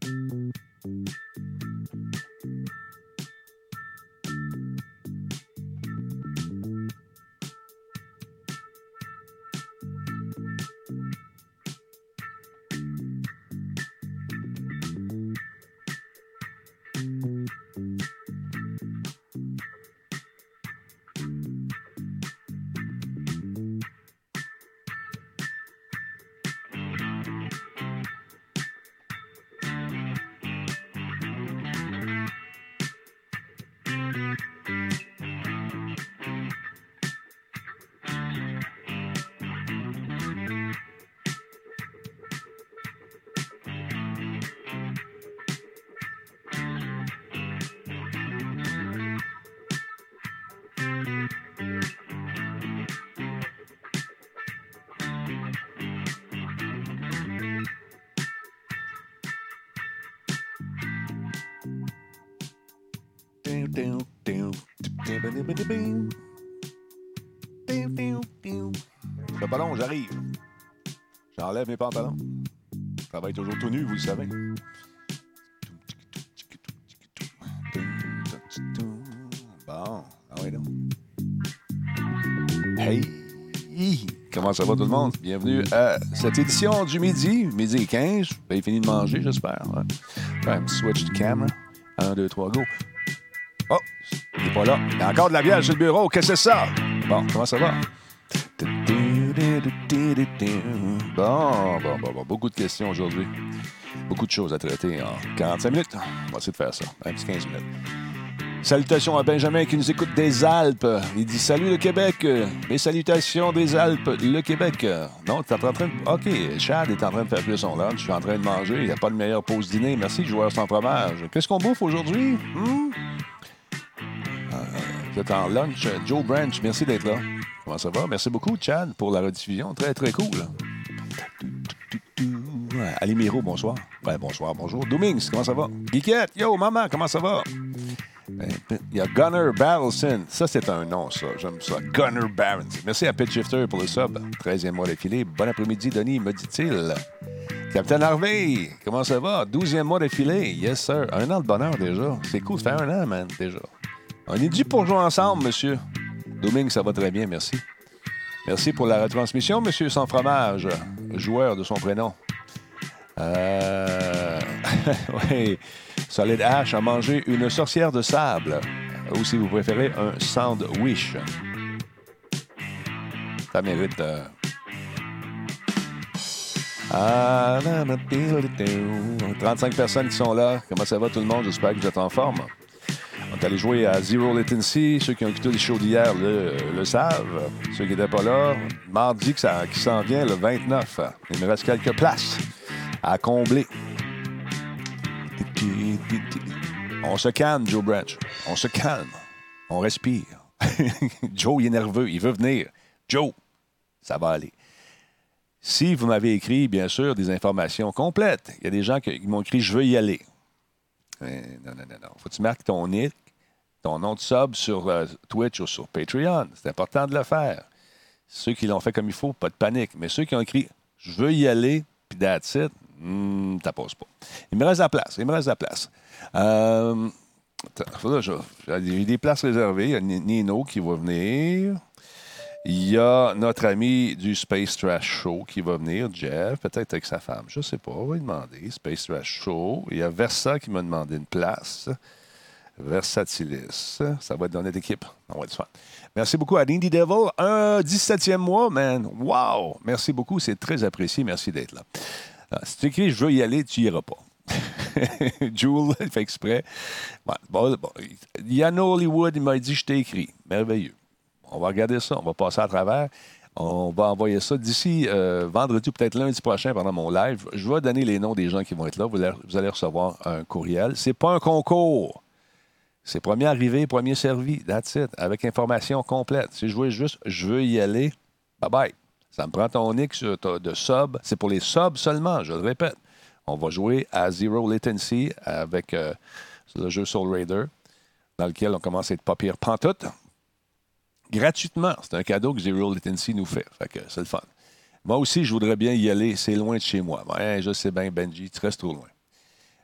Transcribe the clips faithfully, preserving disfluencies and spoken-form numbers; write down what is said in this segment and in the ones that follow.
Le ballon, j'arrive. J'enlève mes pantalons. Je travaille toujours tout nu, vous le savez. Bon, ah oui, non. Hey! Comment ça va tout le monde? Bienvenue à cette édition du midi, midi quinze. Vous avez fini de manger, j'espère. Ouais. Ouais, switch de camera. Un, deux, trois, go. Oh, il n'est pas là. Il y a encore de la bière sur le bureau. Qu'est-ce que c'est ça? Bon, comment ça va? Bon, bon, bon, bon. Beaucoup de questions aujourd'hui. Beaucoup de choses à traiter en quarante-cinq minutes. On va essayer de faire ça. Un petit quinze minutes. Salutations à Benjamin qui nous écoute des Alpes. Il dit « Salut le Québec! Mes salutations des Alpes, le Québec! » Non, tu es en train de... OK, Chad est en train de faire plus son lunch. Je suis en train de manger. Il n'y a pas de meilleure pause dîner. Merci, joueur sans fromage. Qu'est-ce qu'on bouffe aujourd'hui? Hmm? Euh, vous êtes en lunch. Joe Branch, merci d'être là. Comment ça va? Merci beaucoup, Chad, pour la rediffusion. Très, très cool. Ali Miro, bonsoir. Ouais, bonsoir, bonjour. Domingues, comment ça va? Guiquette, yo, maman, comment ça va? Il y a Gunner Barrelson. Ça, c'est un nom, ça. J'aime ça. Gunner Barrelson. Merci à Pit Shifter pour le sub. treizième mois d'affilée. Bon après-midi, Denis, me dit-il. Capitaine Harvey, comment ça va? douzième mois d'affilée. Yes, sir. Un an de bonheur, déjà. C'est cool, ça fait un an, man, déjà. On est dû pour jouer ensemble, monsieur. Domingue, ça va très bien, merci. Merci pour la retransmission, monsieur sans fromage, joueur de son prénom. Euh... oui. Solid Ash a mangé une sorcière de sable. Ou si vous préférez, un sandwich. Ça mérite... Euh... Ah, trente-cinq personnes qui sont là. Comment ça va tout le monde? J'espère que vous êtes en forme. On est allé jouer à Zero Latency. Ceux qui ont écouté les shows d'hier le, le savent. Ceux qui n'étaient pas là, mardi qui s'en vient, le vingt-neuf. Il me reste quelques places à combler. On se calme, Joe Branch. On se calme. On respire. Joe, il est nerveux. Il veut venir. Joe, ça va aller. Si vous m'avez écrit, bien sûr, des informations complètes, il y a des gens qui m'ont écrit « Je veux y aller ». Non, non, non, non. Faut que tu marques ton nick, ton nom de sub sur euh, Twitch ou sur Patreon. C'est important de le faire. Ceux qui l'ont fait comme il faut, pas de panique. Mais ceux qui ont écrit « Je veux y aller », puis that's it, hmm, ça passe pas. Il me reste la place. Il me reste la place. Euh, J'ai des places réservées. Il y a Nino qui va venir. Il y a notre ami du Space Trash Show qui va venir, Jeff, peut-être avec sa femme. Je ne sais pas, on va lui demander. Space Trash Show. Il y a Versa qui m'a demandé une place. Versatilis. Ça va être dans notre équipe. On va être fun. Merci beaucoup à Indie Devil. Un dix-septième mois, man. Wow! Merci beaucoup. C'est très apprécié. Merci d'être là. Alors, si tu écris « Je veux y aller », tu n'iras pas. Jules, il fait exprès. Bon, bon, bon. Yann Hollywood, il m'a dit « Je t'ai écrit ». Merveilleux. On va regarder ça. On va passer à travers. On va envoyer ça d'ici euh, vendredi ou peut-être lundi prochain pendant mon live. Je vais donner les noms des gens qui vont être là. Vous allez, vous allez recevoir un courriel. C'est pas un concours. C'est premier arrivé, premier servi. That's it. Avec information complète. Si je veux juste « Je veux y aller », bye-bye. Ça me prend ton nick de sub. C'est pour les subs seulement, je le répète. On va jouer à Zero Latency avec euh, le jeu Soul Raider, dans lequel on commence à être pas pire pantoute. Gratuitement. C'est un cadeau que Zero Latency nous fait. Fait que c'est le fun. Moi aussi, je voudrais bien y aller. C'est loin de chez moi. Ouais, je sais bien, Benji, tu restes trop loin.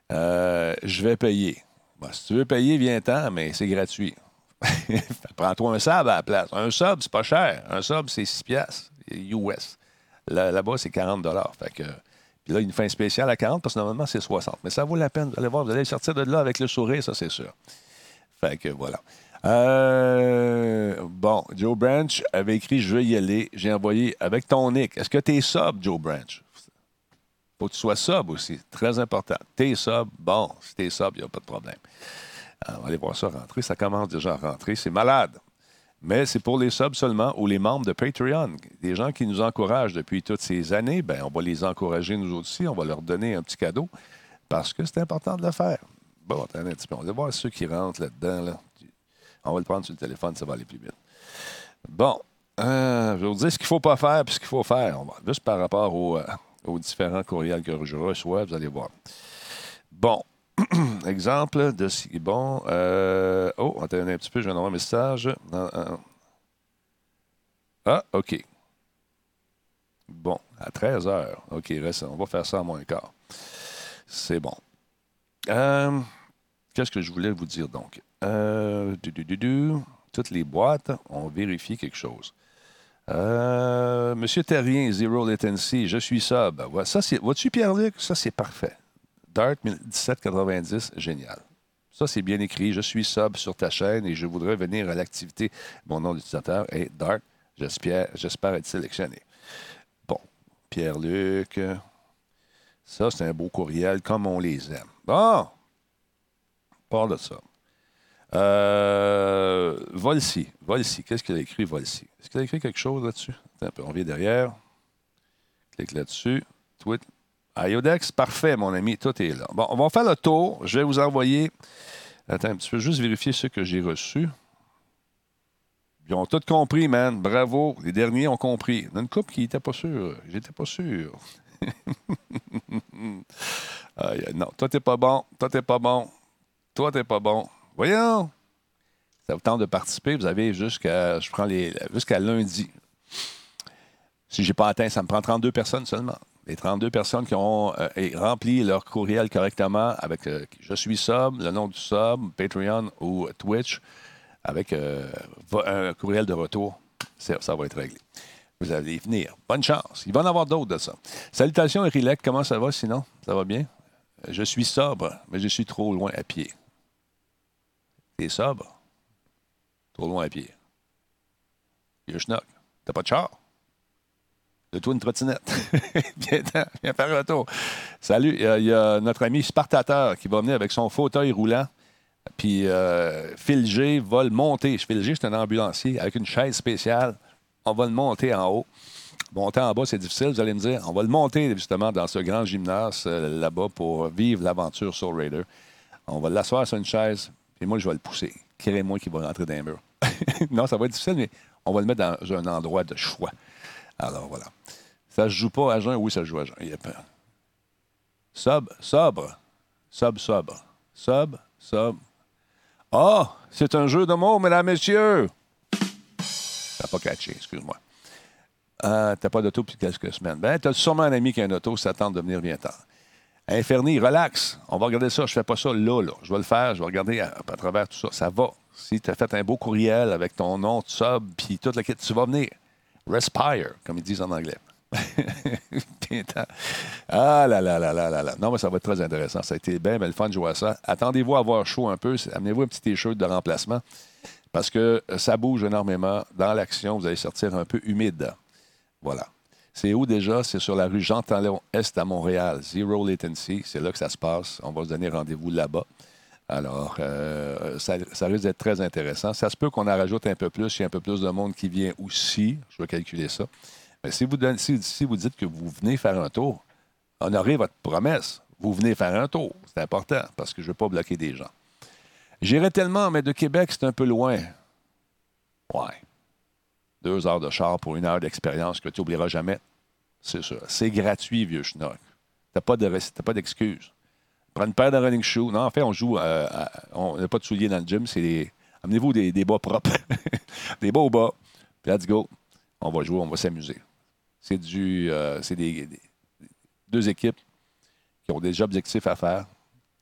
Euh, je vais payer. Bon, si tu veux payer, viens-t'en, mais c'est gratuit. Prends-toi un sub à la place. Un sub, c'est pas cher. Un sub, c'est six piastres U S. Là, là-bas, c'est quarante dollars. Fait que, puis là, il y a une fin spéciale à quarante parce que normalement, c'est soixante. Mais ça vaut la peine. Vous allez voir, vous allez sortir de là avec le sourire, ça, c'est sûr. Fait que voilà. Euh, bon, Joe Branch avait écrit Je veux y aller. J'ai envoyé avec ton nick. Est-ce que tu es sub, Joe Branch? Faut que tu sois sub aussi. Très important. T'es sub, bon, si t'es sub, il n'y a pas de problème. Alors, on va aller voir ça rentrer. Ça commence déjà à rentrer. C'est malade. Mais c'est pour les subs seulement ou les membres de Patreon. Des gens qui nous encouragent depuis toutes ces années, ben, on va les encourager nous aussi. On va leur donner un petit cadeau parce que c'est important de le faire. Bon, attendez un petit peu. On va voir ceux qui rentrent là-dedans. Là. On va le prendre sur le téléphone, ça va aller plus vite. Bon, euh, je vais vous dire ce qu'il ne faut pas faire et ce qu'il faut faire. On va, juste par rapport au, euh, aux différents courriels que je reçois, vous allez voir. Bon. Exemple de ce qui est bon. Euh, oh, attendez un petit peu, je viens d'avoir un message. Ah, OK. Bon, à treize heures. OK, reste, on va faire ça à moins quart. C'est bon. Euh, qu'est-ce que je voulais vous dire donc? Euh, du, du, du, du, toutes les boîtes, on vérifie quelque chose. Euh, Monsieur Terrien, Zero Latency, je suis sub. Ça, c'est, vois-tu, Pierre-Luc? Ça, c'est parfait. Dart dix-sept quatre-vingt-dix, génial. Ça, c'est bien écrit. Je suis sub sur ta chaîne et je voudrais venir à l'activité. Mon nom d'utilisateur est Dart. J'espère, j'espère être sélectionné. Bon, Pierre-Luc. Ça, c'est un beau courriel comme on les aime. Bon, parle de ça. Euh, Volsi. Volsi. Qu'est-ce qu'il a écrit, Volsi? Est-ce qu'il a écrit quelque chose là-dessus? Attends un peu, on vient derrière. Clique là-dessus. Tweet. Iodex, parfait, mon ami, tout est là. Bon, on va faire le tour. Je vais vous envoyer. Attends un petit peu, juste vérifier ce que j'ai reçu. Ils ont tout compris, man. Bravo. Les derniers ont compris. Il y en a une couple qui n'était pas sûr. J'étais pas sûr. ah, non, toi, t'es pas bon. Toi, t'es pas bon. Toi, t'es pas bon. Voyons. Ça vous tente de participer. Vous avez jusqu'à. Je prends les. Jusqu'à lundi. Si je n'ai pas atteint, ça me prend trente-deux personnes seulement. Les trente-deux personnes qui ont euh, rempli leur courriel correctement avec euh, Je suis sub, le nom du sub, Patreon ou Twitch, avec euh, un courriel de retour, ça, ça va être réglé. Vous allez venir. Bonne chance. Il va en avoir d'autres de ça. Salutations, Erilec. Comment ça va sinon? Ça va bien? Je suis sobre, mais je suis trop loin à pied. T'es sobre? Trop loin à pied. Vieux schnock. T'as pas de char? De toi une trottinette. viens, viens faire un tour. Salut, il y, y, a notre ami Spartateur qui va venir avec son fauteuil roulant. Puis euh, Phil G va le monter. Phil G, c'est un ambulancier avec une chaise spéciale. On va le monter en haut. Monter en bas, c'est difficile, vous allez me dire. On va le monter justement dans ce grand gymnase euh, là-bas pour vivre l'aventure sur Raider. On va l'asseoir sur une chaise, puis moi, je vais le pousser. Crée-moi qui va rentrer dans les murs. non, ça va être difficile, mais on va le mettre dans un endroit de choix. Alors, voilà. Ça ne se joue pas à jeun? Oui, ça se joue à jeun. Il y a peur. Sub, sobre. Sub, sobre. Sub, sub. Ah, oh, c'est un jeu de mots, mesdames, messieurs. Ça n'a pas catché, excuse-moi. Euh, t'as pas d'auto depuis quelques semaines. Ben, t'as sûrement un ami qui a un auto, ça tente de venir bientôt. Inferni, relax. On va regarder ça. Je fais pas ça là, là. Je vais le faire. Je vais regarder à, à travers tout ça. Ça va. Si tu as fait un beau courriel avec ton nom, tu sub, puis toute la quête, tu vas venir. Respire, comme ils disent en anglais. ah là là là là là là. Non, mais ça va être très intéressant. Ça a été bien, bien le fun de jouer à ça. Attendez-vous à avoir chaud un peu. Amenez-vous un petit t-shirt de remplacement parce que ça bouge énormément. Dans l'action, vous allez sortir un peu humide. Voilà. C'est où déjà? C'est sur la rue Jean-Talon Est à Montréal. Zero Latency. C'est là que ça se passe. On va se donner rendez-vous là-bas. Alors, euh, ça, ça risque d'être très intéressant. Ça se peut qu'on en rajoute un peu plus. Il y a un peu plus de monde qui vient aussi. Je vais calculer ça. Mais si vous, donnez, si, si vous dites que vous venez faire un tour, honorez votre promesse. Vous venez faire un tour. C'est important parce que je ne veux pas bloquer des gens. J'irai tellement, mais de Québec, c'est un peu loin. Ouais. Deux heures de char pour une heure d'expérience que tu n'oublieras jamais. C'est ça. C'est gratuit, vieux schnock. Tu n'as pas d'excuses. Prends une paire de running shoes. Non, en fait, on joue. Euh, à, on n'a pas de souliers dans le gym. C'est des, amenez-vous des, des bas propres. des bas au bas. Puis let's go. On va jouer, on va s'amuser. C'est du. Euh, c'est des, des, deux équipes qui ont des objectifs à faire.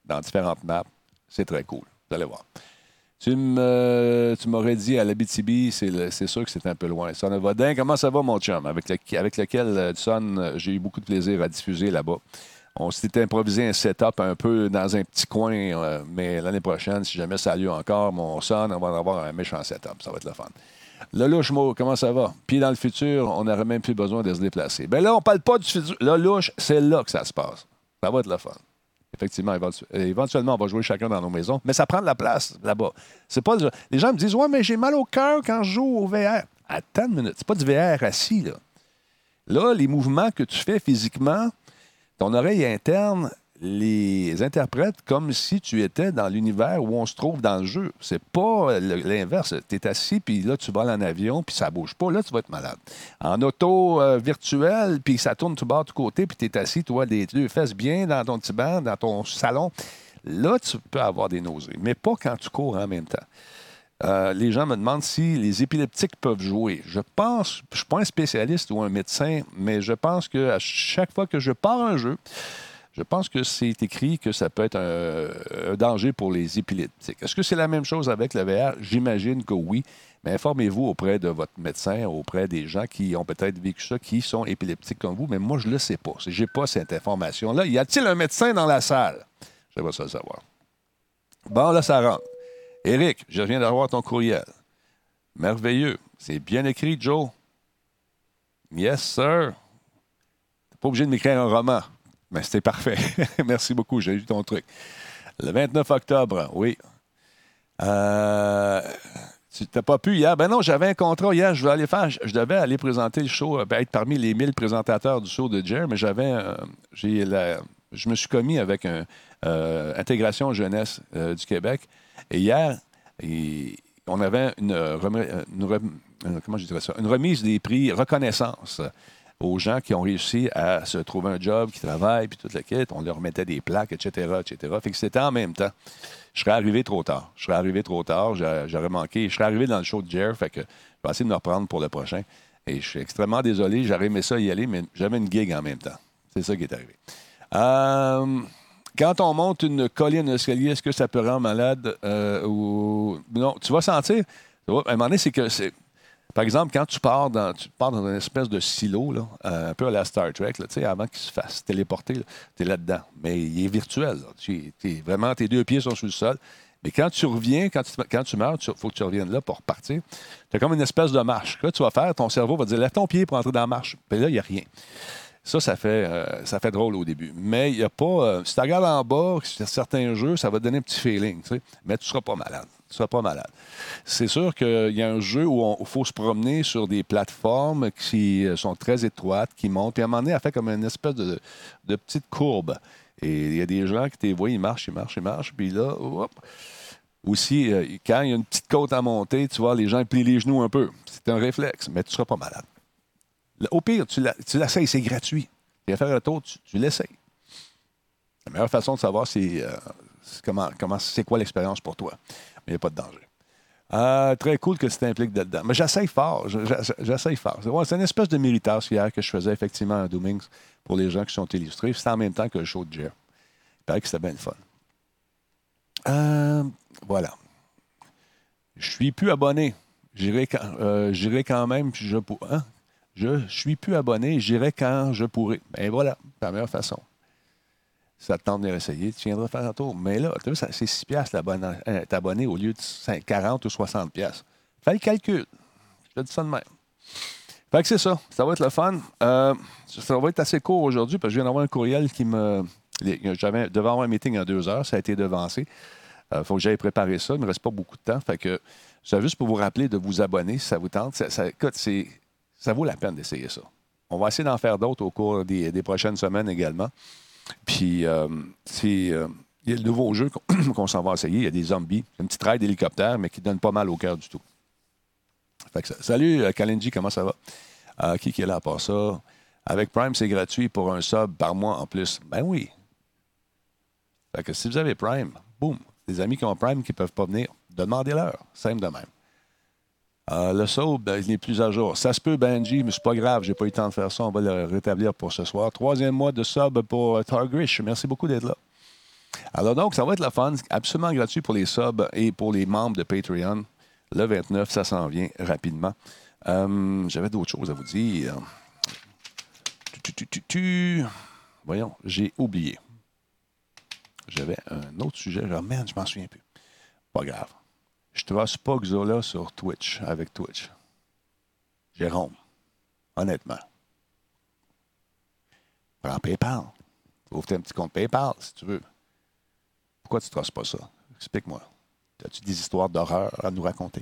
dans différentes maps. C'est très cool. Vous allez voir. Tu, me, tu m'aurais dit à l'Abitibi, c'est, le, c'est sûr que c'est un peu loin. Son of Odin, comment ça va, mon chum? Avec, le, avec lequel, euh, Son, euh, j'ai eu beaucoup de plaisir à diffuser là-bas. On s'était improvisé un setup un peu dans un petit coin, euh, mais l'année prochaine, si jamais ça a lieu encore, mon Son, on va avoir un méchant setup. Ça va être le fun. Le louche, Mo, comment ça va? Puis dans le futur, on n'aurait même plus besoin de se déplacer. Bien là, on ne parle pas du futur. Le louche, c'est là que ça se passe. Ça va être le fun. Effectivement, éventuellement, on va jouer chacun dans nos maisons, mais ça prend de la place là-bas. C'est pas le... Les gens me disent « Ouais, mais j'ai mal au cœur quand je joue au V R. » Attends une minute, c'est pas du V R assis, là. Là, les mouvements que tu fais physiquement, ton oreille interne les interprète comme si tu étais dans l'univers où on se trouve dans le jeu. C'est pas l'inverse. Tu es assis, puis là, tu voles en avion, puis ça bouge pas. Là, tu vas être malade. En auto euh, virtuel, puis ça tourne tout bas, tout côté, puis tu es assis, toi, les deux fesses bien dans ton petit banc, dans ton salon. Là, tu peux avoir des nausées, mais pas quand tu cours en même temps. Euh, les gens me demandent si les épileptiques peuvent jouer. Je pense, je ne suis pas un spécialiste ou un médecin, mais je pense qu'à chaque fois que je pars un jeu, je pense que c'est écrit que ça peut être un, un danger pour les épileptiques. Est-ce que c'est la même chose avec le V R? J'imagine que oui. Mais informez-vous auprès de votre médecin, auprès des gens qui ont peut-être vécu ça, qui sont épileptiques comme vous. Mais moi, je ne le sais pas. Je n'ai pas cette information-là. Y a-t-il un médecin dans la salle? J'aimerais ça le savoir. Bon, là, ça rentre. Éric, je viens d'avoir ton courriel. Merveilleux. C'est bien écrit, Joe. Yes, sir. Tu n'es pas obligé de m'écrire un roman. Mais c'était parfait. Merci beaucoup, j'ai lu ton truc. Le vingt-neuf octobre, oui. Euh, tu n'as pas pu hier? Ben non, j'avais un contrat hier. Je devais aller faire, je devais aller présenter le show, ben être parmi les mille présentateurs du show de Jer, mais j'avais, euh, j'ai la, je me suis commis avec un euh, Intégration Jeunesse euh, du Québec. Et hier, et, on avait une, une, une, comment je dirais ça, une remise des prix reconnaissance aux gens qui ont réussi à se trouver un job, qui travaillent, puis toute la quête. On leur mettait des plaques, et cetera, et cetera. Fait que c'était en même temps. Je serais arrivé trop tard. Je serais arrivé trop tard. J'aurais manqué. Je serais arrivé dans le show de Jer. Fait que je vais essayer de me reprendre pour le prochain. Et je suis extrêmement désolé. J'aurais aimé ça y aller, mais j'avais une gig en même temps. C'est ça qui est arrivé. Euh, quand on monte une colline, un escalier, est-ce que ça peut rendre malade? Euh, ou... Non, tu vas sentir. À un moment donné, c'est que c'est... Par exemple, quand tu pars dans, tu pars dans une espèce de silo, là, euh, un peu à la Star Trek, là, avant qu'il se fasse téléporter, tu es là-dedans. Mais il est virtuel. Là. Tu, t'es, vraiment, tes deux pieds sont sur le sol. Mais quand tu reviens, quand tu, quand tu meurs, il faut que tu reviennes là pour repartir. Tu as comme une espèce de marche. Là, tu vas faire, ton cerveau va dire, lève ton pied pour entrer dans la marche. Puis là, il n'y a rien. Ça, ça fait, euh, ça fait drôle au début. Mais il n'y a pas... Euh, si tu regardes en bas, sur certains jeux, ça va te donner un petit feeling, tu sais. Mais tu ne seras pas malade. Tu ne seras pas malade. C'est sûr qu'il y a un jeu où il faut se promener sur des plateformes qui sont très étroites, qui montent. Puis à un moment donné, elle fait comme une espèce de, de petite courbe. Et il y a des gens qui, tu vois, ils marchent, ils marchent, ils marchent. Puis là, hop. Aussi, euh, quand il y a une petite côte à monter, tu vois, les gens plient les genoux un peu. C'est un réflexe, mais tu ne seras pas malade. Au pire, tu, la, tu l'essayes, c'est gratuit. Tu vas faire un tour, tu, tu l'essayes. La meilleure façon de savoir, c'est, euh, c'est, comment, comment, c'est quoi l'expérience pour toi. Mais il n'y a pas de danger. Euh, très cool que tu t'impliques dedans. Mais j'essaye fort. J'essaye fort. C'est, ouais, c'est une espèce de méritage hier que je faisais effectivement à Doomings pour les gens qui sont illustrés. C'était en même temps que le show de Jer. Il paraît que c'était bien le fun. Euh, voilà. Je suis plus abonné. J'irai quand, euh, j'irai quand même. Puis je, hein? Je suis plus abonné. J'irai quand je pourrai. Ben voilà. C'est la meilleure façon. Si ça te tente de l'essayer, tu viendras faire un tour. Mais là, tu vois, c'est six piastres t'abonner au lieu de quarante ou soixante piastres. Fais le calcul. Je te dis ça de même. Fait que c'est ça. Ça va être le fun. Euh, ça va être assez court aujourd'hui parce que je viens d'avoir un courriel qui me... J'avais devais avoir un meeting en deux heures. Ça a été devancé. Il euh, faut que j'aille préparer ça. Il ne me reste pas beaucoup de temps. Fait que c'est juste pour vous rappeler de vous abonner si ça vous tente. Ça, ça, écoute, c'est, ça vaut la peine d'essayer ça. On va essayer d'en faire d'autres au cours des, des prochaines semaines également. Puis, euh, c'est, euh, il y a le nouveau jeu qu'on, qu'on s'en va essayer. Il y a des zombies. Une petite raid d'hélicoptère, mais qui ne donne pas mal au cœur du tout. Fait que ça, salut, Kalenji, comment ça va? Euh, qui, qui est là à part ça? Avec Prime, c'est gratuit pour un sub par mois en plus. Ben oui. Fait que si vous avez Prime, boum, des amis qui ont Prime qui ne peuvent pas venir, demandez-leur. Simple de même. Euh, le sub, ben, il n'est plus à jour. Ça se peut, Benji, mais c'est pas grave. J'ai pas eu le temps de faire ça. On va le rétablir pour ce soir. Troisième mois de sub pour Targrish. Merci beaucoup d'être là. Alors donc, ça va être le fun, absolument gratuit pour les subs et pour les membres de Patreon. Le vingt-neuf, ça s'en vient rapidement. Euh, j'avais d'autres choses à vous dire. Tu, tu, tu, tu. Voyons, j'ai oublié. J'avais un autre sujet. Genre, man, je m'en souviens plus. Pas grave. Je trace pas Xola sur Twitch, avec Twitch. Jérôme, honnêtement. Prends PayPal. Ouvre un petit compte PayPal, si tu veux. Pourquoi tu ne traces pas ça? Explique-moi. As-tu des histoires d'horreur à nous raconter?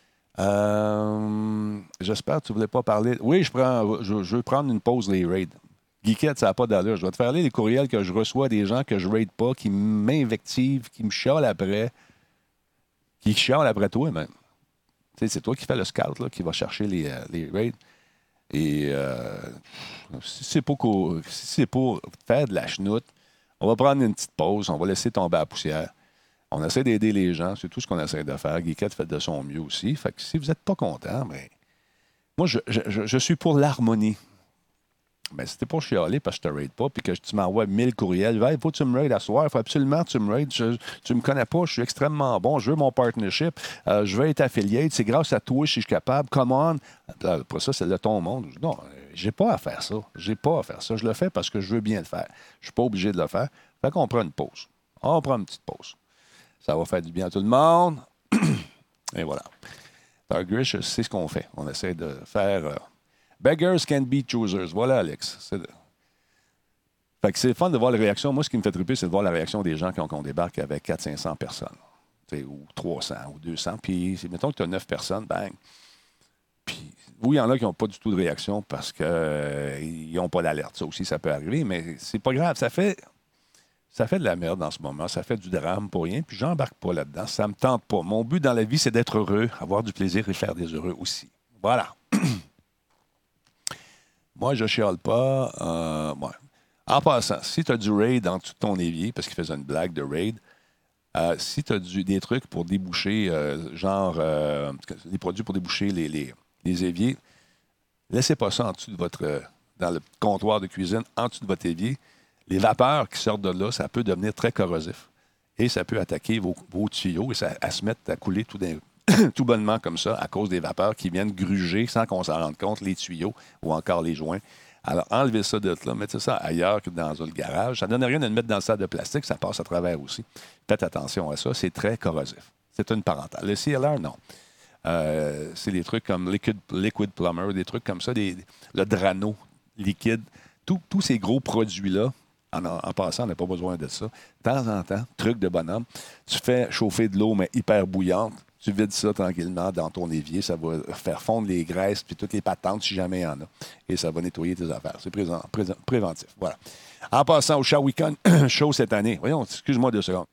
Euh, j'espère que tu ne voulais pas parler. Oui, je, prends, je, je veux prendre une pause les raids. Geekette, ça n'a pas d'allure. Je vais te faire lire les courriels que je reçois des gens que je ne raide pas, qui m'invectivent, qui me chialent après, qui chialent après toi même. Tu sais, c'est toi qui fais le scout, là, qui va chercher les, les raids. Et euh, si c'est pour, si c'est pour faire de la chenoute, on va prendre une petite pause, on va laisser tomber la poussière. On essaie d'aider les gens, c'est tout ce qu'on essaie de faire. Geekette fait de son mieux aussi. Fait que si vous n'êtes pas content, bien, moi, je, je, je suis pour l'harmonie. Mais si t'es pas chialé parce que je te raide pas, puis que tu m'envoies mille courriels, il faut que tu me raides à soir, il faut absolument que tu me raides. Je, tu me connais pas, je suis extrêmement bon, je veux mon partnership, euh, je veux être affiliate, c'est grâce à toi si je suis capable, come on. Après ça, c'est le ton monde. Non, j'ai pas à faire ça. J'ai pas à faire ça. Je le fais parce que je veux bien le faire. Je suis pas obligé de le faire. Fait qu'on prend une pause. On prend une petite pause. Ça va faire du bien à tout le monde. Et voilà. Dargrish, c'est ce qu'on fait. On essaie de faire... Euh, Beggars can be choosers. Voilà, Alex. C'est... Fait que c'est fun de voir les réactions. Moi, ce qui me fait triper, c'est de voir la réaction des gens quand on débarque avec quatre cents à cinq cents personnes. Ou trois cents ou deux cents. Puis, mettons que tu as neuf personnes, bang. Puis, oui, il y en a qui n'ont pas du tout de réaction parce qu'ils euh, n'ont pas d'alerte. Ça aussi, ça peut arriver, mais c'est pas grave. Ça fait, ça fait de la merde en ce moment. Ça fait du drame pour rien. Puis, j'embarque pas là-dedans. Ça me tente pas. Mon but dans la vie, c'est d'être heureux, avoir du plaisir et faire des heureux aussi. Voilà. Moi, je ne chiale pas. Euh, ouais. En passant, si tu as du raid en dessous de ton évier, parce qu'il faisait une blague de raid, euh, si tu as du, des trucs pour déboucher, euh, genre euh, des produits pour déboucher les, les, les éviers, laissez pas ça en dessous de votre, euh, dans le comptoir de cuisine, en dessous de votre évier. Les vapeurs qui sortent de là, ça peut devenir très corrosif. Et ça peut attaquer vos, vos tuyaux et ça à se mettre à couler tout d'un tout bonnement comme ça, à cause des vapeurs qui viennent gruger sans qu'on s'en rende compte, les tuyaux ou encore les joints. Alors, enlevez ça de là, mettez ça ailleurs que dans le garage. Ça ne donne rien de le mettre dans le sac de plastique, ça passe à travers aussi. Faites attention à ça, c'est très corrosif. C'est une parenthèse. Le C L R, non. Euh, c'est des trucs comme Liquid, Liquid Plumber, des trucs comme ça, des, le Drano liquide. Tous ces gros produits-là, en, en passant, on n'a pas besoin de ça. De temps en temps, truc de bonhomme, tu fais chauffer de l'eau, mais hyper bouillante. Tu vides ça tranquillement dans ton évier. Ça va faire fondre les graisses puis toutes les patentes si jamais il y en a. Et ça va nettoyer tes affaires. C'est présent, présent, préventif. Voilà. En passant au Shawinigan Show cette année. Voyons, excuse-moi deux secondes.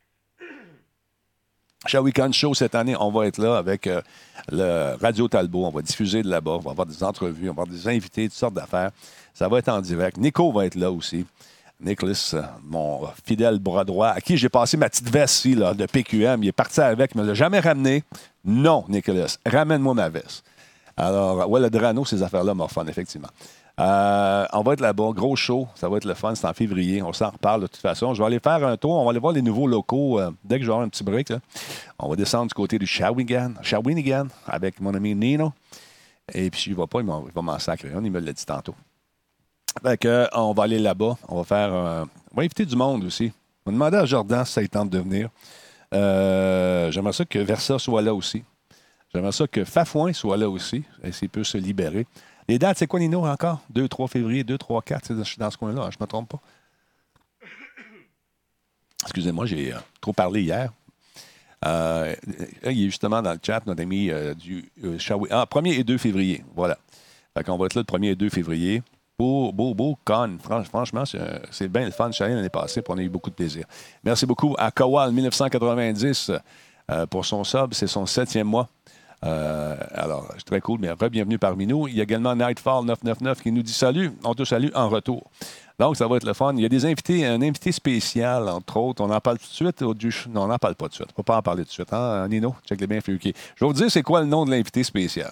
Shawinigan Show cette année, on va être là avec euh, le Radio Talbot. On va diffuser de là-bas. On va avoir des entrevues. On va avoir des invités, toutes sortes d'affaires. Ça va être en direct. Nico va être là aussi. Nicholas, mon fidèle bras droit, à qui j'ai passé ma petite veste ici, là, de P Q M. Il est parti avec, il ne me l'a jamais ramené. Non, Nicholas, ramène-moi ma veste. Alors, ouais, le Drano, ces affaires-là m'ont fun, effectivement. Euh, on va être là-bas, gros show, ça va être le fun, c'est en février, on s'en reparle de toute façon. Je vais aller faire un tour, on va aller voir les nouveaux locaux euh, dès que je vais avoir un petit break. Là. On va descendre du côté du Shawinigan, Shawinigan avec mon ami Nino. Et puis, je ne vais pas, il va m'en sacrer un, il me l'a dit tantôt. Fait que, euh, on va aller là-bas. On va faire. Euh, on va inviter du monde aussi. On va demander à Jordan si ça lui tente de venir. Euh, j'aimerais ça que Versa soit là aussi. J'aimerais ça que Fafouin soit là aussi, et s'il peut se libérer. Les dates, c'est quoi, Nino, encore? deux trois février, deux trois quatre, je suis dans ce coin-là, hein, je ne me trompe pas. Excusez-moi, j'ai euh, trop parlé hier. Euh, il est justement dans le chat, notre ami euh, du euh, Shawi. Ah, premier et deux février, voilà. Fait qu'on va être là le premier et deux février. Beau, beau, beau con. Franchement, c'est, c'est bien le fun. Je suis allé l'année passée, puis on a eu beaucoup de plaisir. Merci beaucoup à Kowal dix-neuf cent quatre-vingt-dix euh, pour son sub. C'est son septième mois. Euh, alors, c'est très cool. Mais après, bienvenue parmi nous. Il y a également Nightfall neuf cent quatre-vingt-dix-neuf qui nous dit salut. On te salue en retour. Donc, ça va être le fun. Il y a des invités, un invité spécial, entre autres. On en parle tout de suite. Ou du... Non, on n'en parle pas tout de suite. On ne peut pas en parler tout de suite. Hein, Nino? Check les bien fluqués. Je vais vous dire c'est quoi le nom de l'invité spécial.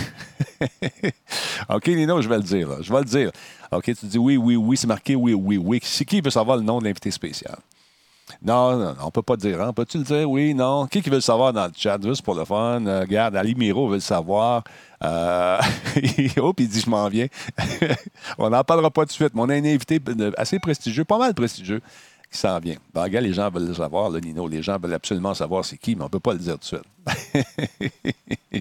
OK, Nino, je vais le dire. Là. Je vais le dire. OK, tu dis oui, oui, oui, c'est marqué oui, oui, oui. C'est qui veut savoir le nom de l'invité spécial? Non, non, non, on ne peut pas dire. Hein? Peux-tu le dire? Oui, non. Qui qui veut le savoir dans le chat? Juste pour le fun. Euh, regarde, Ali Miro veut le savoir. Euh... oh, puis il dit, je m'en viens. On n'en parlera pas tout de suite, mais on a un invité assez prestigieux, pas mal prestigieux, qui s'en vient. Ben, regarde, les gens veulent le savoir, là, Nino. Les gens veulent absolument savoir c'est qui, mais on ne peut pas le dire tout de suite.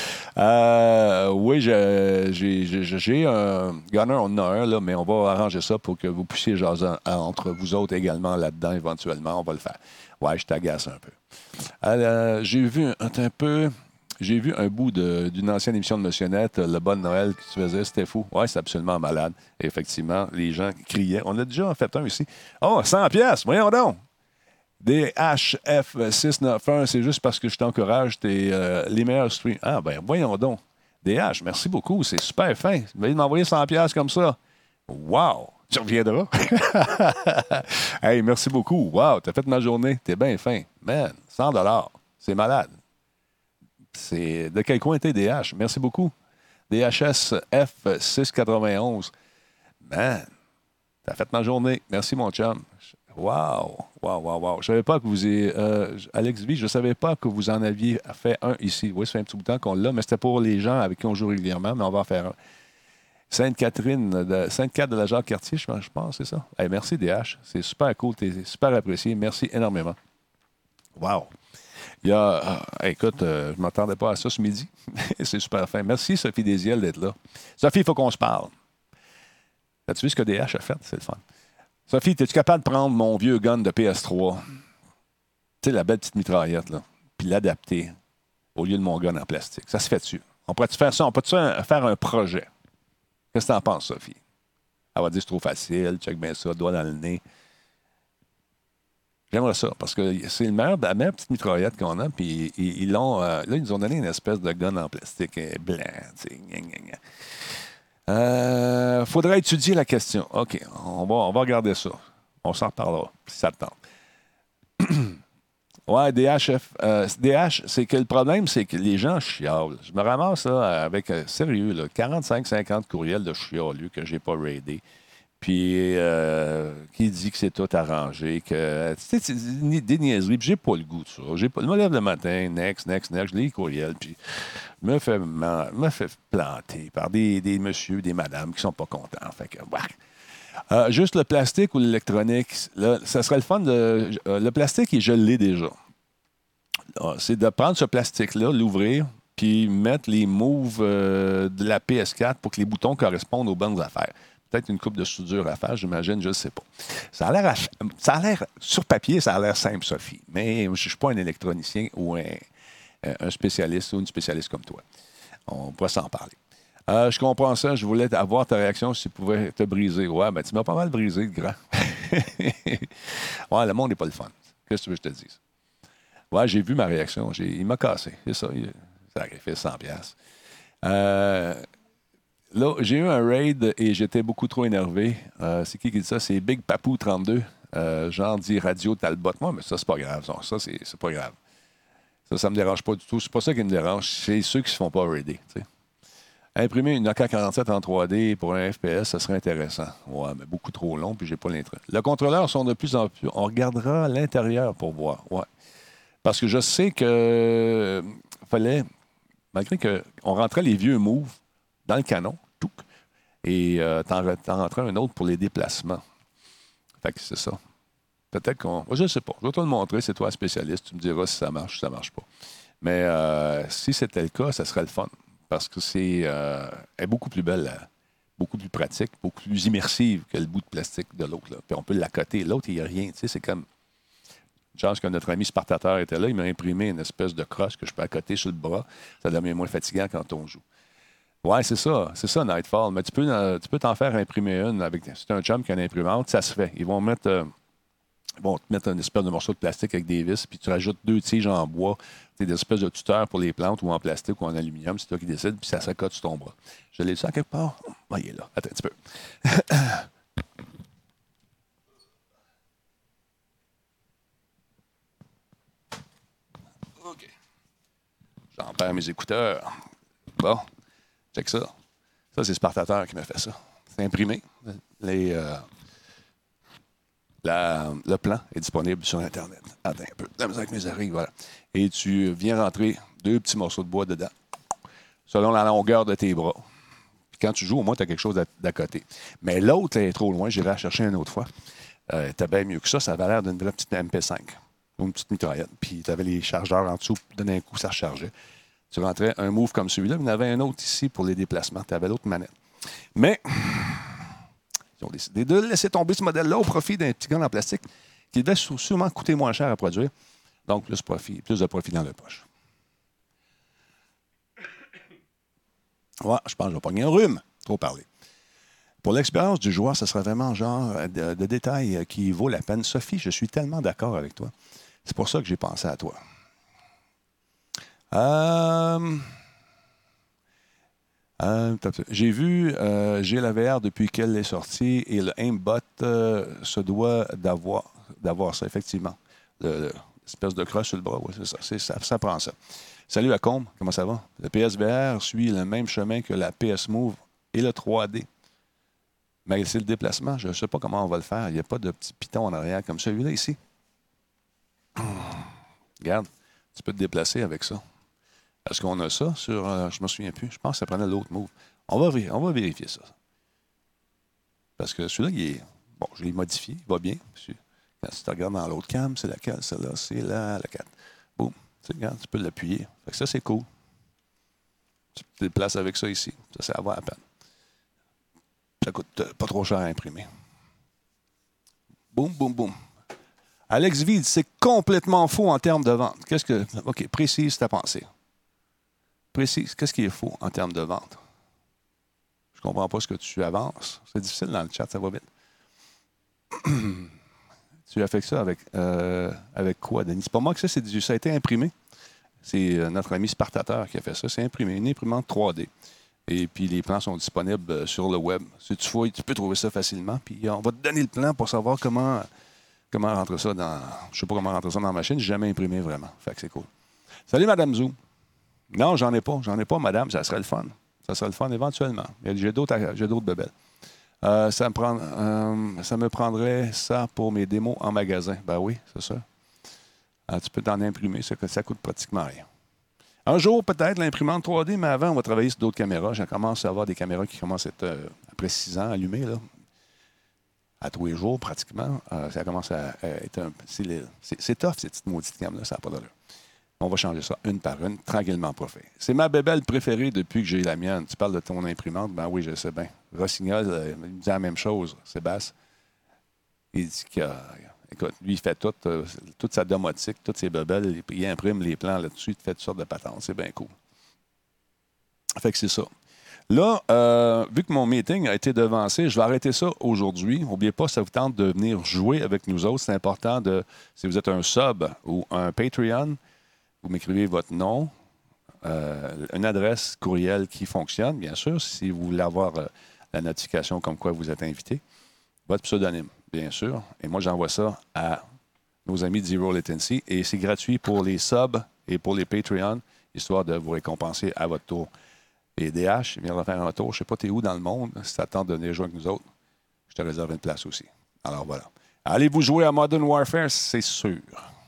Euh, oui, j'ai, j'ai, j'ai un Gunner, on en a un, là, mais on va arranger ça pour que vous puissiez jaser entre vous autres également là-dedans, éventuellement. On va le faire. Ouais, je t'agace un peu. Euh, j'ai vu un, un peu. J'ai vu un bout de, d'une ancienne émission de Monsieur Net, le Bon Noël que tu faisais, c'était fou. Oui, c'est absolument malade. Et effectivement, les gens criaient. On a déjà en fait un ici. Oh, cent piastres, voyons donc! D H F six neuf un, c'est juste parce que je t'encourage, t'es euh, les meilleurs streams. Ah, ben voyons donc. D H, merci beaucoup, c'est super fin. Vous allez m'envoyer cent piastres comme ça. Wow! Tu reviendras? Hey, merci beaucoup. Wow, t'as fait ma journée. T'es bien fin. Man, cent dollars. C'est malade. C'est de quel coin t'es, D H? Merci beaucoup. D H S F six quatre-vingt-onze. Man, t'as fait ma journée. Merci, mon chum. Wow! Wow, wow, wow. Je savais pas que vous ayez, euh, Alex V, je ne savais pas que vous en aviez fait un ici. Oui, ça fait un petit bout de temps qu'on l'a, mais c'était pour les gens avec qui on joue régulièrement, mais on va en faire un. Sainte-Catherine, de, Sainte-Cat de la Jacques-Cartier, je pense, je pense, c'est ça. Hey, merci, D H. C'est super cool. Tu es super apprécié. Merci énormément. Wow! Il y a. euh, écoute, euh, je ne m'attendais pas à ça ce midi. C'est super fin. Merci, Sophie Desiel, d'être là. Sophie, il faut qu'on se parle. As-tu vu ce que D H a fait? C'est le fun. Sophie, es-tu capable de prendre mon vieux gun de P S trois, tu sais, la belle petite mitraillette, là, puis l'adapter au lieu de mon gun en plastique? Ça se fait dessus. On pourrait-tu faire ça? On peut-tu faire un projet? Qu'est-ce que t'en penses, Sophie? Elle va dire c'est trop facile, check bien ça, doigt dans le nez. J'aimerais ça, parce que c'est le meilleur, la meilleure petite mitraillette qu'on a, puis ils, ils l'ont. Euh, là, ils nous ont donné une espèce de gun en plastique euh, blanc, tu sais, gna, gna, gna. Euh, faudrait étudier la question. OK, on va, on va regarder ça. On s'en reparlera, si ça te tente. Ouais, D H F. Euh, D H, c'est que le problème, c'est que les gens chialent. Je me ramasse là, avec, euh, sérieux, là, quarante-cinq cinquante courriels de chialus que j'ai pas raidés. Puis, euh, qui dit que c'est tout arrangé, que, tu sais, c'est des des niaiseries. Puis, j'ai pas le goût de ça. J'ai pas, je me lève le matin, next, next, next, je lis les courriels, puis je me fais, man- me fais planter par des, des messieurs, des madames qui sont pas contents. Fait que, ouais. Euh, juste le plastique ou l'électronique, là, ça serait le fun de. euh, le plastique, je l'ai déjà. Là, c'est de prendre ce plastique-là, l'ouvrir, puis mettre les moves euh, de la P S quatre pour que les boutons correspondent aux bonnes affaires. Peut-être une coupe de soudure à faire, j'imagine, je ne sais pas. Ça a l'air, à- ça a l'air, sur papier, ça a l'air simple, Sophie, mais je ne suis pas un électronicien ou un, un spécialiste ou une spécialiste comme toi. On pourra s'en parler. Euh, je comprends ça. Je voulais avoir ta réaction si tu pouvais te briser. Ouais, ben tu m'as pas mal brisé, le grand. Ouais, le monde n'est pas le fun. Qu'est-ce que tu veux que je te dise? Ouais, j'ai vu ma réaction. J'ai- il m'a cassé. C'est ça. Il, ça a fait cent piastres. Euh, là, j'ai eu un raid et j'étais beaucoup trop énervé. Euh, c'est qui qui dit ça? C'est Big Papou trente-deux. Euh, genre dit Radio Talbot. Moi, mais ça, c'est pas grave. Ça, ça, c'est, c'est pas grave. Ça, ça me dérange pas du tout. C'est pas ça qui me dérange. C'est ceux qui se font pas raider. Tu sais. Imprimer une A K quarante-sept en trois D pour un F P S, ça serait intéressant. Ouais, mais beaucoup trop long, puis j'ai pas l'intérêt. Le contrôleur sont de plus en plus. On regardera l'intérieur pour voir. Ouais. Parce que je sais que euh, fallait, malgré qu'on rentrait les vieux moves dans le canon, tout, et euh, t'en, re- t'en rentrais un autre pour les déplacements. Fait que c'est ça. Peut-être qu'on. Je ne sais pas. Je vais te le montrer, c'est toi spécialiste. Tu me diras si ça marche ou si ça marche pas. Mais euh, si c'était le cas, ça serait le fun. Parce que c'est euh, elle est beaucoup plus belle, euh, beaucoup plus pratique, beaucoup plus immersive que le bout de plastique de l'autre. Là. Puis on peut l'accoter. L'autre, il n'y a rien. Tu sais, c'est comme. Une chance que notre ami Spartateur était là. Il m'a imprimé une espèce de crosse que je peux accoter sur le bras. Ça devient moins fatigant quand on joue. Ouais, c'est ça. C'est ça, Nightfall. Mais tu peux, euh, tu peux t'en faire imprimer une avec. C'est un chum qui a une imprimante, ça se fait. Ils vont mettre. euh, ils vont te mettre une espèce de morceau de plastique avec des vis, puis tu rajoutes deux tiges en bois. C'est des espèces de tuteurs pour les plantes, ou en plastique, ou en aluminium, c'est toi qui décides, puis ça s'accote sur ton bras. Je l'ai ça quelque part? Ah, il est là. Attends un petit peu. OK. J'en perds mes écouteurs. Bon, check ça. Ça, c'est Spartateur qui m'a fait ça. C'est imprimé. Les, euh, La, le plan est disponible sur Internet. Attends un peu. La misère avec mes oreilles, voilà. Et tu viens rentrer deux petits morceaux de bois dedans, selon la longueur de tes bras. Puis quand tu joues, au moins, tu as quelque chose d'à côté. Mais l'autre est trop loin. J'irai la chercher une autre fois. Euh, t'as bien mieux que ça. Ça avait l'air d'une vraie petite M P cinq. Ou une petite mitraillette. Puis tu avais les chargeurs en dessous. D'un coup, ça rechargeait. Tu rentrais un move comme celui-là. Il y en avait un autre ici pour les déplacements. Tu avais l'autre manette. Mais ils ont décidé de laisser tomber ce modèle-là au profit d'un petit gun en plastique qui devait sûrement coûter moins cher à produire. Donc, plus, profit, plus de profit dans la poche. Ouais, je pense que je vais pogner un rhume. Trop parler. Pour l'expérience du joueur, ce serait vraiment genre de, de détails qui vaut la peine. Sophie, je suis tellement d'accord avec toi. C'est pour ça que j'ai pensé à toi. Euh... Euh, j'ai vu euh, G L V R depuis qu'elle est sortie et le aimbot euh, se doit d'avoir, d'avoir ça, effectivement. Le, l'espèce de croche sur le bras, oui, c'est ça, c'est, ça. Ça prend ça. Salut à Combe, comment ça va? Le P S V R suit le même chemin que la P S Move et le trois D. Mais c'est le déplacement, je ne sais pas comment on va le faire. Il n'y a pas de petit piton en arrière comme celui-là ici. Regarde, tu peux te déplacer avec ça. Est-ce qu'on a ça sur... Euh, je ne me souviens plus. Je pense que ça prenait l'autre move. On va, on va vérifier ça. Parce que celui-là, il est... Bon, je l'ai modifié. Il va bien. Quand tu te regardes dans l'autre cam, c'est laquelle? Celle-là, c'est la, la quatre. Boum. Tu regardes, tu peux l'appuyer. Fait que ça, c'est cool. Tu te déplaces avec ça ici. Ça, ça va à peine. Ça coûte euh, pas trop cher à imprimer. Boum, boum, boum. Alex Vide, c'est complètement faux en termes de vente. Qu'est-ce que... OK, précise ta pensée. Précise, qu'est-ce qui est faux en termes de vente? Je ne comprends pas ce que tu avances. C'est difficile dans le chat, ça va vite. Tu as fait ça avec, euh, avec quoi, Denis? C'est pas moi que ça, c'est du, ça a été imprimé. C'est euh, notre ami Spartateur qui a fait ça. C'est imprimé, une imprimante trois D. Et puis, les plans sont disponibles sur le web. Si tu fouilles, tu peux trouver ça facilement. Puis, on va te donner le plan pour savoir comment, comment rentrer ça dans... Je ne sais pas comment rentrer ça dans la machine. Je n'ai jamais imprimé vraiment. Fait que c'est cool. Salut, Madame Zou. Non, j'en ai pas. J'en ai pas, madame. Ça serait le fun. Ça serait le fun éventuellement. J'ai d'autres, j'ai d'autres bebelles. Euh, ça, me prend, euh, ça me prendrait ça pour mes démos en magasin. Ben oui, c'est ça. Euh, tu peux t'en imprimer. Ça, ça coûte pratiquement rien. Un jour, peut-être, l'imprimante trois D, mais avant, on va travailler sur d'autres caméras. Je commence à avoir des caméras qui commencent à être, euh, après six ans, allumées, là. À tous les jours, pratiquement. Euh, ça commence à, à être un... C'est, les, c'est, c'est tough, cette petite maudite cam-là. Ça n'a pas d'allure. On va changer ça une par une, tranquillement pas fait. C'est ma bébelle préférée depuis que j'ai la mienne. Tu parles de ton imprimante? Ben oui, je sais bien. Rossignol, euh, il me dit la même chose, Sébastien. Il dit que, écoute, lui, il fait tout, euh, toute sa domotique, toutes ses bébelles, il, il imprime les plans là-dessus, il fait toutes sortes de patentes. C'est bien cool. Fait que c'est ça. Là, euh, vu que mon meeting a été devancé, je vais arrêter ça aujourd'hui. N'oubliez pas, ça vous tente de venir jouer avec nous autres. C'est important de, si vous êtes un sub ou un Patreon, vous m'écrivez votre nom, euh, une adresse courriel qui fonctionne, bien sûr, si vous voulez avoir euh, la notification comme quoi vous êtes invité. Votre pseudonyme, bien sûr. Et moi, j'envoie ça à nos amis de Zero Latency. Et c'est gratuit pour les subs et pour les Patreons, histoire de vous récompenser à votre tour. Et D H, viens de faire un tour. Je ne sais pas, t'es où dans le monde. Si tu attends de venir jouer avec nous autres, je te réserve une place aussi. Alors voilà. Allez-vous jouer à Modern Warfare, c'est sûr.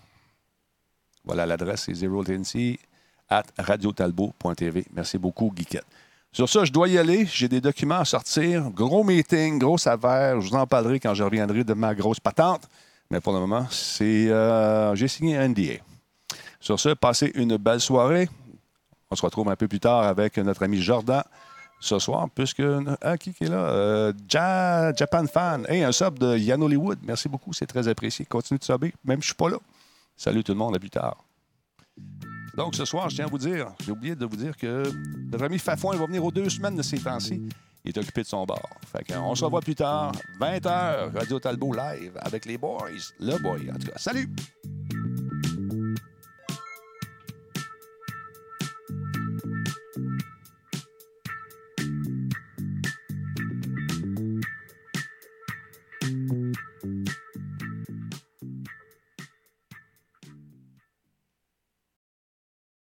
Voilà, l'adresse, c'est zero latency at radio talbot point t v. Merci beaucoup, Guiquette. Sur ça, je dois y aller. J'ai des documents à sortir. Gros meeting, grosse affaire. Je vous en parlerai quand je reviendrai de ma grosse patente. Mais pour le moment, c'est euh, j'ai signé un N D A. Sur ce, passez une belle soirée. On se retrouve un peu plus tard avec notre ami Jordan ce soir, puisque... Ah, qui est là? Euh, ja, Japan Fan. Hey, un sub de Yann Hollywood. Merci beaucoup, c'est très apprécié. Continue de subber, même si je ne suis pas là. Salut tout le monde, à plus tard. Donc, ce soir, je tiens à vous dire, j'ai oublié de vous dire que notre ami Fafouin va venir aux deux semaines de ces temps-ci. Il est occupé de son bar. Fait qu'on se revoit plus tard, vingt heures, Radio Talbot live avec les boys. Le boy, en tout cas. Salut!